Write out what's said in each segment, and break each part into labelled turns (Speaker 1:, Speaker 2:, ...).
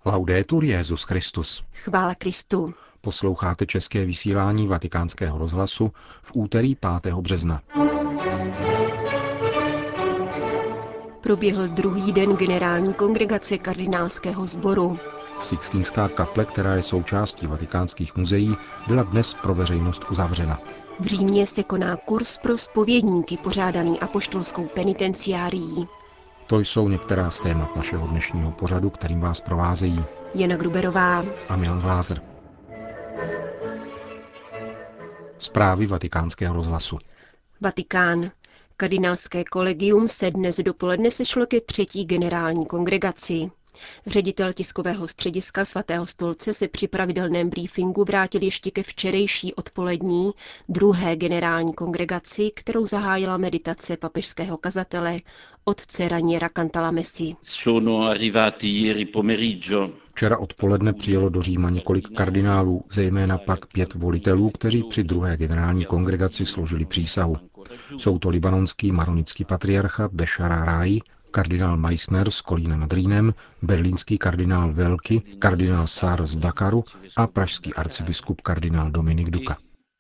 Speaker 1: Laudetur Jesus Christus.
Speaker 2: Chvála Kristu.
Speaker 1: Posloucháte české vysílání Vatikánského rozhlasu v úterý 5. března.
Speaker 2: Proběhl druhý den generální kongregace kardinálského sboru.
Speaker 1: Sixtínská kaple, která je součástí vatikánských muzeí, byla dnes pro veřejnost uzavřena.
Speaker 2: V Římě se koná kurz pro zpovědníky pořádaný apoštolskou penitenciárií.
Speaker 1: To jsou některá z témat našeho dnešního pořadu, kterým vás provázejí
Speaker 2: Jana Gruberová
Speaker 1: a Milan Glázer. Zprávy Vatikánského rozhlasu.
Speaker 2: Vatikán. Kardinálské kolegium se dnes dopoledne sešlo ke třetí generální kongregaci. Ředitel tiskového střediska Svatého stolce se při pravidelném briefingu vrátil ještě ke včerejší odpolední druhé generální kongregaci, kterou zahájila meditace papežského kazatele otce Raniera Cantalamessi.
Speaker 1: Včera odpoledne přijelo do Říma několik kardinálů, zejména pak 5 volitelů, kteří při druhé generální kongregaci složili přísahu. Jsou to libanonský maronický patriarcha Bešara Ráji, kardinál Meissner z Kolína nad Rýnem, berlínský kardinál Velky, kardinál Sár z Dakaru a pražský arcibiskup kardinál Dominik Duka.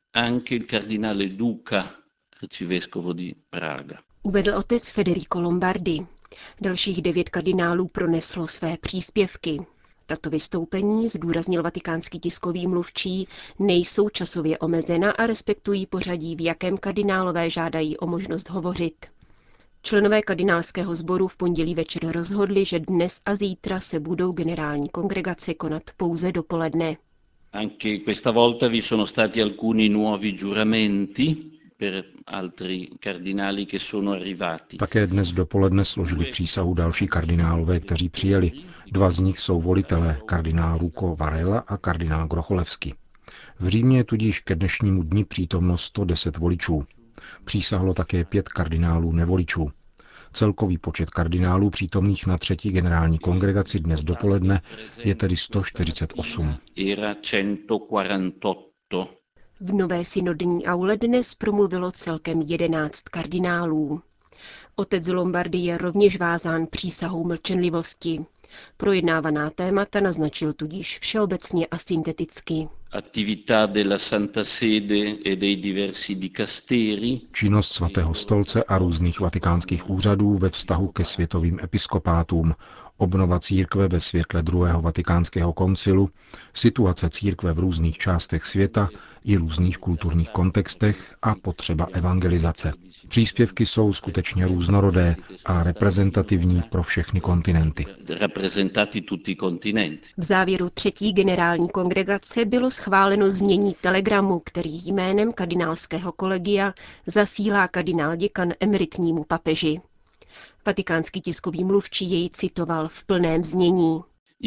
Speaker 2: Uvedl otec Federico Lombardi. Dalších 9 kardinálů proneslo své příspěvky. Tato vystoupení, zdůraznil vatikánský tiskový mluvčí, nejsou časově omezena a respektují pořadí, v jakém kardinálové žádají o možnost hovořit. Členové kardinálského sboru v pondělí večer rozhodli, že dnes a zítra se budou generální kongregace konat pouze dopoledne.
Speaker 3: Anche questa volta vi sono stati alcuni nuovi giuramenti per altri cardinali che sono arrivati.
Speaker 1: Také dnes dopoledne složili přísahu další kardinálové, kteří přijeli. 2 z nich jsou volitelé, kardinál Ruko Varela a kardinál Grocholevský. V Římě je tudíž ke dnešnímu dni přítomno 110 voličů. Přísahlo také 5 kardinálů nevoličů. Celkový počet kardinálů přítomných na třetí generální kongregaci dnes dopoledne je tedy 148.
Speaker 2: V nové synodní aule dnes promluvilo celkem 11 kardinálů. Otec Lombardi je rovněž vázán přísahou mlčenlivosti. Projednávaná témata naznačil tudíž všeobecně a synteticky.
Speaker 1: Činnost Svatého stolce a různých vatikánských úřadů ve vztahu ke světovým episkopátům, obnova církve ve světle druhého vatikánského koncilu, situace církve v různých částech světa i různých kulturních kontextech a potřeba evangelizace. Příspěvky jsou skutečně různorodé a reprezentativní pro všechny kontinenty.
Speaker 2: V závěru třetí generální kongregace bylo schváleno znění telegramu, který jménem kardinálského kolegia zasílá kardinál děkan emeritnímu papeži. Vatikánský tiskový mluvčí jej citoval v plném znění.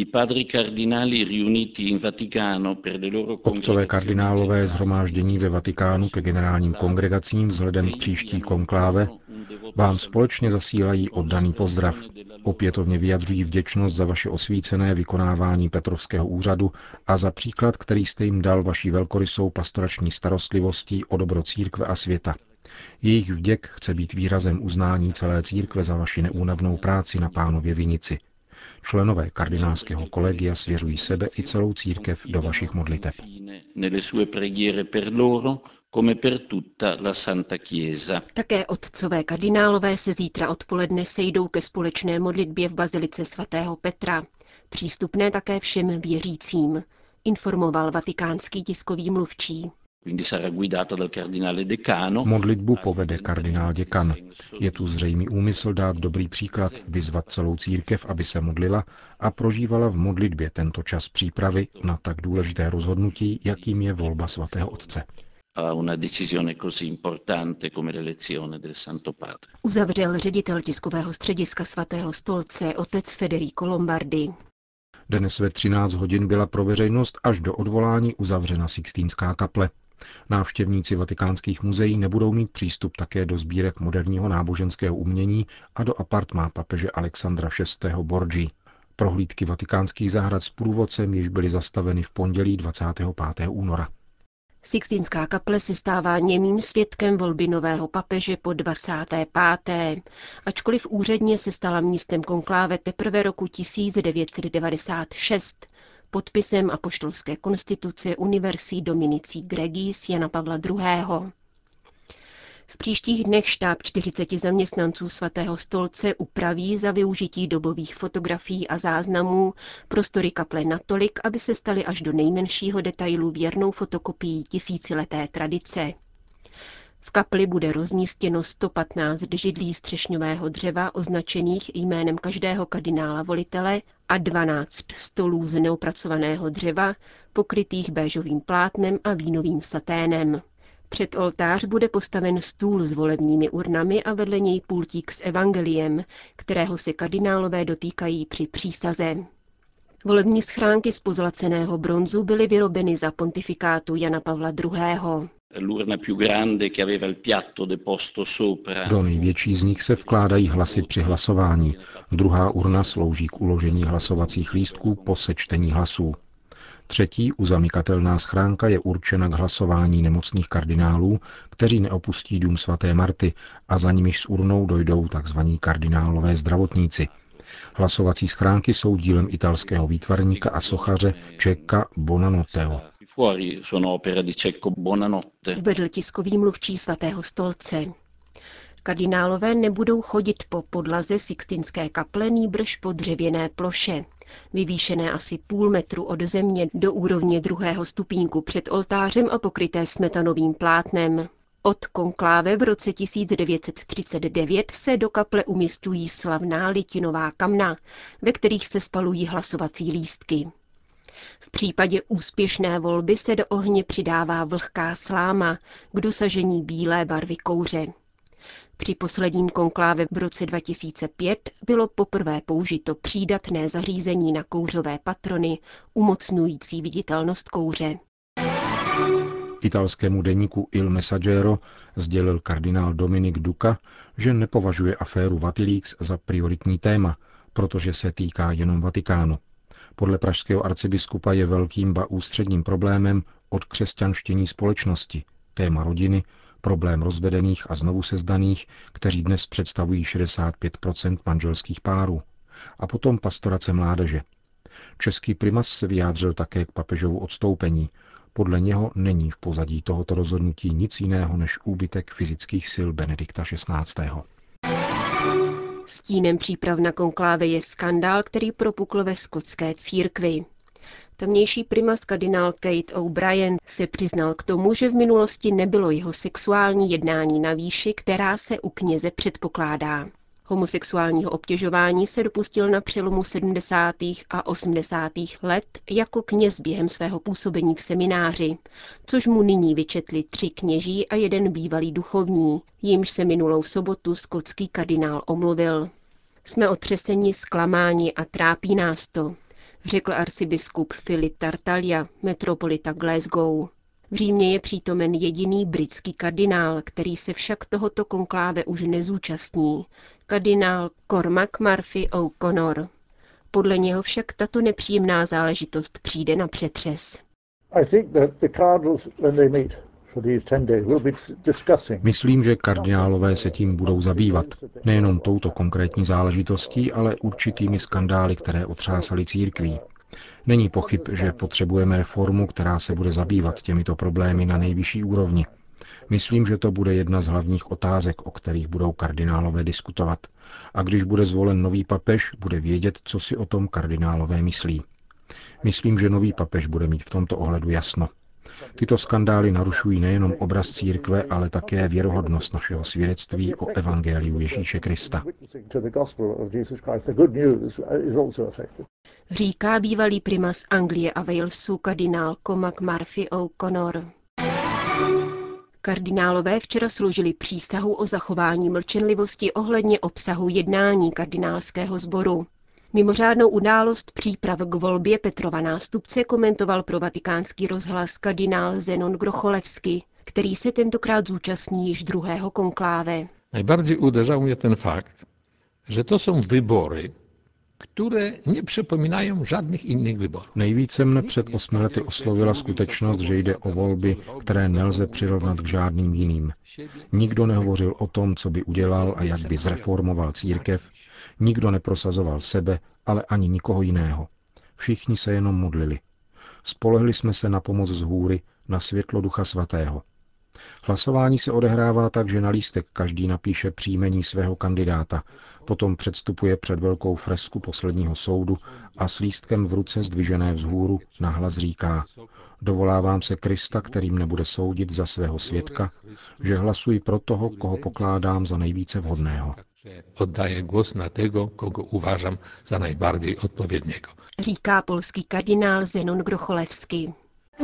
Speaker 1: Otcové kardinálové shromáždění ve Vatikánu ke generálním kongregacím vzhledem k příští konkláve vám společně zasílají oddaný pozdrav. Opětovně vyjadřují vděčnost za vaše osvícené vykonávání Petrovského úřadu a za příklad, který jste jim dal vaší velkorysou pastorační starostlivostí o dobro církve a světa. Jejich vděk chce být výrazem uznání celé církve za vaši neúnavnou práci na Pánově vinici. Členové kardinálského kolegia svěřují sebe i celou církev do vašich modliteb.
Speaker 2: Také otcové kardinálové se zítra odpoledne sejdou ke společné modlitbě v bazilice svatého Petra, přístupné také všem věřícím, informoval vatikánský tiskový mluvčí.
Speaker 1: Modlitbu povede kardinál děkan. Je tu zřejmý úmysl dát dobrý příklad, vyzvat celou církev, aby se modlila a prožívala v modlitbě tento čas přípravy na tak důležité rozhodnutí, jakým je volba svatého otce.
Speaker 2: Uzavřel ředitel tiskového střediska Svatého stolce otec Federico Lombardi.
Speaker 1: Dnes ve 13 hodin byla pro veřejnost až do odvolání uzavřena Sixtínská kaple. Návštěvníci vatikánských muzeí nebudou mít přístup také do sbírek moderního náboženského umění a do apartmá papeže Alexandra VI. Borgi. Prohlídky vatikánských zahrad s průvodcem již byly zastaveny v pondělí 25. února.
Speaker 2: Sixtinská kaple se stává němým svědkem volby nového papeže po 25. Ačkoliv úředně se stala místem konkláve teprve roku 1996 podpisem apoštolské konstituce Universi Dominici Gregis Jana Pavla II. V příštích dnech štáb 40 zaměstnanců Svatého stolce upraví za využití dobových fotografií a záznamů prostory kaple natolik, aby se staly až do nejmenšího detailu věrnou fotokopií tisícileté tradice. V kapli bude rozmístěno 115 židlí střešňového dřeva označených jménem každého kardinála volitele a 12 stolů z neopracovaného dřeva, pokrytých béžovým plátnem a vínovým saténem. Před oltář bude postaven stůl s volebními urnami a vedle něj pultík s evangeliem, kterého se kardinálové dotýkají při přísaze. Volební schránky z pozlaceného bronzu byly vyrobeny za pontifikátu Jana Pavla II.
Speaker 1: Do největší z nich se vkládají hlasy při hlasování. Druhá urna slouží k uložení hlasovacích lístků po sečtení hlasů. Třetí uzamykatelná schránka je určena k hlasování nemocných kardinálů, kteří neopustí dům svaté Marty a za nimiž s urnou dojdou tzv. Kardinálové zdravotníci. Hlasovací schránky jsou dílem italského výtvarníka a sochaře Cecca Bonanotteo.
Speaker 2: Uvedl tiskový mluvčí Svatého stolce. Kardinálové nebudou chodit po podlaze Sixtinské kaple, nýbrž po dřevěné ploše, vyvýšené asi půl metru od země do úrovně 2. stupínku před oltářem a pokryté smetanovým plátnem. Od konkláve v roce 1939 se do kaple umisťují slavná litinová kamna, ve kterých se spalují hlasovací lístky. V případě úspěšné volby se do ohně přidává vlhká sláma k dosažení bílé barvy kouře. Při posledním konkláve v roce 2005 bylo poprvé použito přídatné zařízení na kouřové patrony, umocňující viditelnost kouře.
Speaker 1: Italskému deníku Il Messaggero sdělil kardinál Dominik Duka, že nepovažuje aféru Wikileaks za prioritní téma, protože se týká jenom Vatikánu. Podle pražského arcibiskupa je velkým ba ústředním problémem odkřesťanštění společnosti, téma rodiny, problém rozvedených a znovu sezdaných, kteří dnes představují 65% manželských párů, a potom pastorace mládeže. Český primas se vyjádřil také k papežovu odstoupení. Podle něho není v pozadí tohoto rozhodnutí nic jiného než úbytek fyzických sil Benedikta XVI.
Speaker 2: Stínem příprav na konkláve je skandál, který propukl ve skotské církvi. Tamnější primas kardinál Kate O'Brien se přiznal k tomu, že v minulosti nebylo jeho sexuální jednání na výši, která se u kněze předpokládá. Homosexuálního obtěžování se dopustil na přelomu 70. a 80. let jako kněz během svého působení v semináři, což mu nyní vyčetli 3 kněží a 1 bývalý duchovní, jimž se minulou sobotu skotský kardinál omluvil. Jsme otřeseni, zklamáni a trápí nás to, řekl arcibiskup Philip Tartaglia, metropolita Glasgow. V Římě je přítomen jediný britský kardinál, který se však tohoto konkláve už nezúčastní, kardinál Cormac Murphy O'Connor. Podle něho však tato nepříjemná záležitost přijde na přetřes.
Speaker 1: Myslím, že kardinálové se tím budou zabývat. Nejenom touto konkrétní záležitostí, ale určitými skandály, které otřásaly církví. Není pochyb, že potřebujeme reformu, která se bude zabývat těmito problémy na nejvyšší úrovni. Myslím, že to bude jedna z hlavních otázek, o kterých budou kardinálové diskutovat. A když bude zvolen nový papež, bude vědět, co si o tom kardinálové myslí. Myslím, že nový papež bude mít v tomto ohledu jasno. Tyto skandály narušují nejenom obraz církve, ale také věrohodnost našeho svědectví o evangeliu Ježíše Krista.
Speaker 2: Říká bývalý primas Anglie a Walesu kardinál Cormac Murphy O'Connor. Kardinálové včera složili přísahu o zachování mlčenlivosti ohledně obsahu jednání kardinálského sboru. Mimořádnou událost příprav k volbě Petrova nástupce komentoval pro Vatikánský rozhlas kardinál Zenon Grocholevský, který se tentokrát zúčastní již 2. konkláve.
Speaker 4: Najbardziej uderzał mnie ten fakt, że to są wybory, które nie przypominają żadnych innych wyborów.
Speaker 1: Nejvíce mne před 8 lety oslovila skutečnost, že jde o volby, které nelze přirovnat k žádným jiným. Nikdo nehovořil o tom, co by udělal a jak by zreformoval církev, nikdo neprosazoval sebe, ale ani nikoho jiného. Všichni se jenom modlili. Spolehli jsme se na pomoc z hůry, na světlo Ducha Svatého. Hlasování se odehrává tak, že na lístek každý napíše příjmení svého kandidáta, potom předstupuje před velkou fresku posledního soudu a s lístkem v ruce zdvižené vzhůru nahlas říká: dovolávám se Krista, který mne bude soudit za svého svědka, že hlasuji pro toho, koho pokládám za nejvíce vhodného.
Speaker 4: Oddaję głos na tego, kogo uważam za najbardziej odpowiedniego.
Speaker 2: Říká polský kardinál Zenon Grocholewski.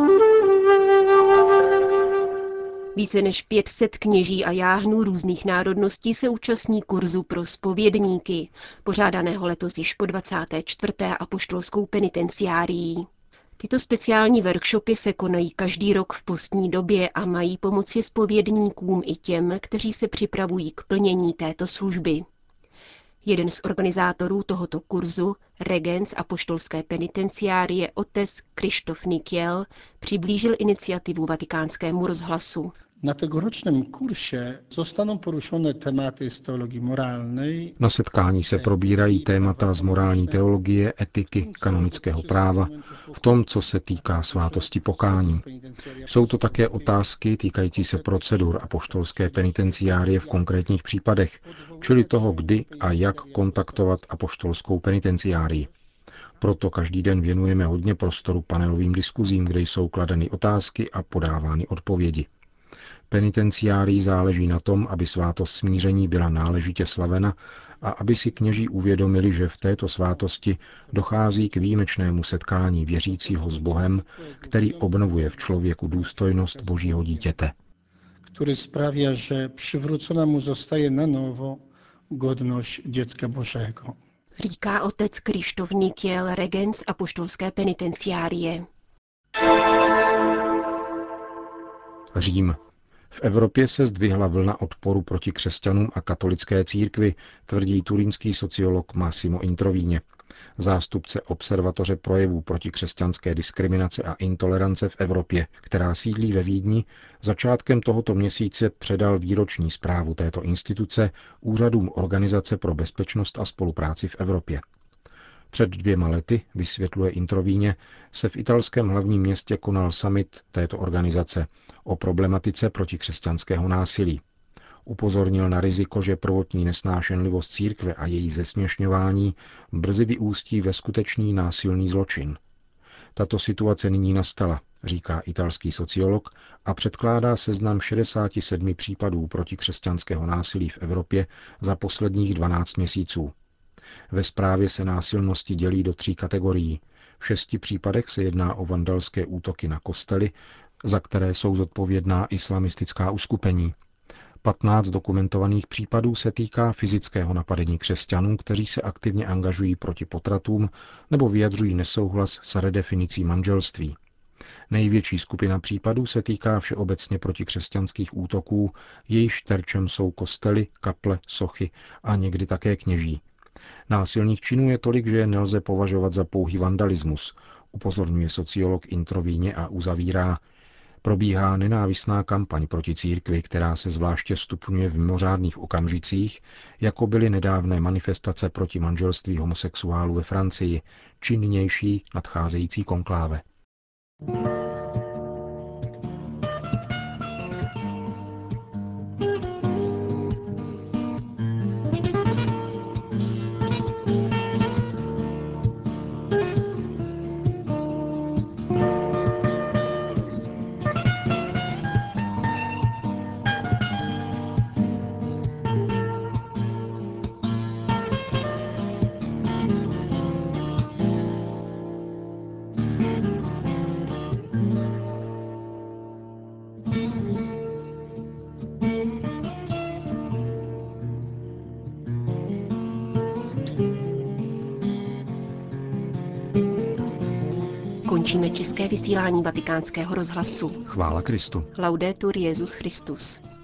Speaker 2: Více než 500 kněží a jáhnů různých národností se účastní kurzu pro zpovědníky, pořádaného letos již po 24. apoštolskou penitenciárií. Tyto speciální workshopy se konají každý rok v postní době a mají pomoci zpovědníkům i těm, kteří se připravují k plnění této služby. Jeden z organizátorů tohoto kurzu, regent apoštolské penitenciárie otec Krzysztof Nykiel, přiblížil iniciativu Vatikánskému rozhlasu.
Speaker 5: Na tegorocznym kursie zostaną poruszone tematy z teologii moralnej.
Speaker 1: Na setkání se probírají témata z morální teologie, etiky, kanonického práva, v tom, co se týká svátosti pokání. Jsou to také otázky týkající se procedur apoštolské penitenciárie v konkrétních případech, čili toho, kdy a jak kontaktovat apoštolskou penitenciárii. Proto každý den věnujeme hodně prostoru panelovým diskuzím, kde jsou kladeny otázky a podávány odpovědi. Penitenciárii záleží na tom, aby svátost smíření byla náležitě slavena a aby si kněží uvědomili, že v této svátosti dochází k výjimečnému setkání věřícího s Bohem, který obnovuje v člověku důstojnost Božího dítěte.
Speaker 5: Który sprawia, że przywrócona mu zostaje na nowo godność dziecka Bożego.
Speaker 2: Říká otec Krzysztof Nykiel, regent apoštolské penitenciárie.
Speaker 1: Řím. V Evropě se zdvihla vlna odporu proti křesťanům a katolické církvi, tvrdí turínský sociolog Massimo Introvigne, zástupce observatoře projevů proti křesťanské diskriminace a intolerance v Evropě, která sídlí ve Vídni. Začátkem tohoto měsíce předal výroční zprávu této instituce úřadům Organizace pro bezpečnost a spolupráci v Evropě. Před 2 lety, vysvětluje Introvigne, se v italském hlavním městě konal summit této organizace o problematice protikřesťanského násilí. Upozornil na riziko, že prvotní nesnášenlivost církve a její zesměšňování brzy vyústí ve skutečný násilný zločin. Tato situace nyní nastala, říká italský sociolog a předkládá seznam 67 případů protikřesťanského násilí v Evropě za posledních 12 měsíců. Ve zprávě se násilnosti dělí do 3 kategorií. V 6 případech se jedná o vandalské útoky na kostely, za které jsou zodpovědná islamistická uskupení. 15 dokumentovaných případů se týká fyzického napadení křesťanů, kteří se aktivně angažují proti potratům nebo vyjadřují nesouhlas s redefinicí manželství. Největší skupina případů se týká všeobecně protikřesťanských útoků, jejichž terčem jsou kostely, kaple, sochy a někdy také kněží. Násilných činů je tolik, že je nelze považovat za pouhý vandalismus, upozorňuje sociolog Introvigne a uzavírá: probíhá nenávistná kampaň proti církvi, která se zvláště stupňuje v mimořádných okamžicích, jako byly nedávné manifestace proti manželství homosexuálů ve Francii, či nynější nadcházející konkláve.
Speaker 2: Končíme české vysílání Vatikánského rozhlasu.
Speaker 1: Chvála Kristu.
Speaker 2: Laudetur Jesus Christus.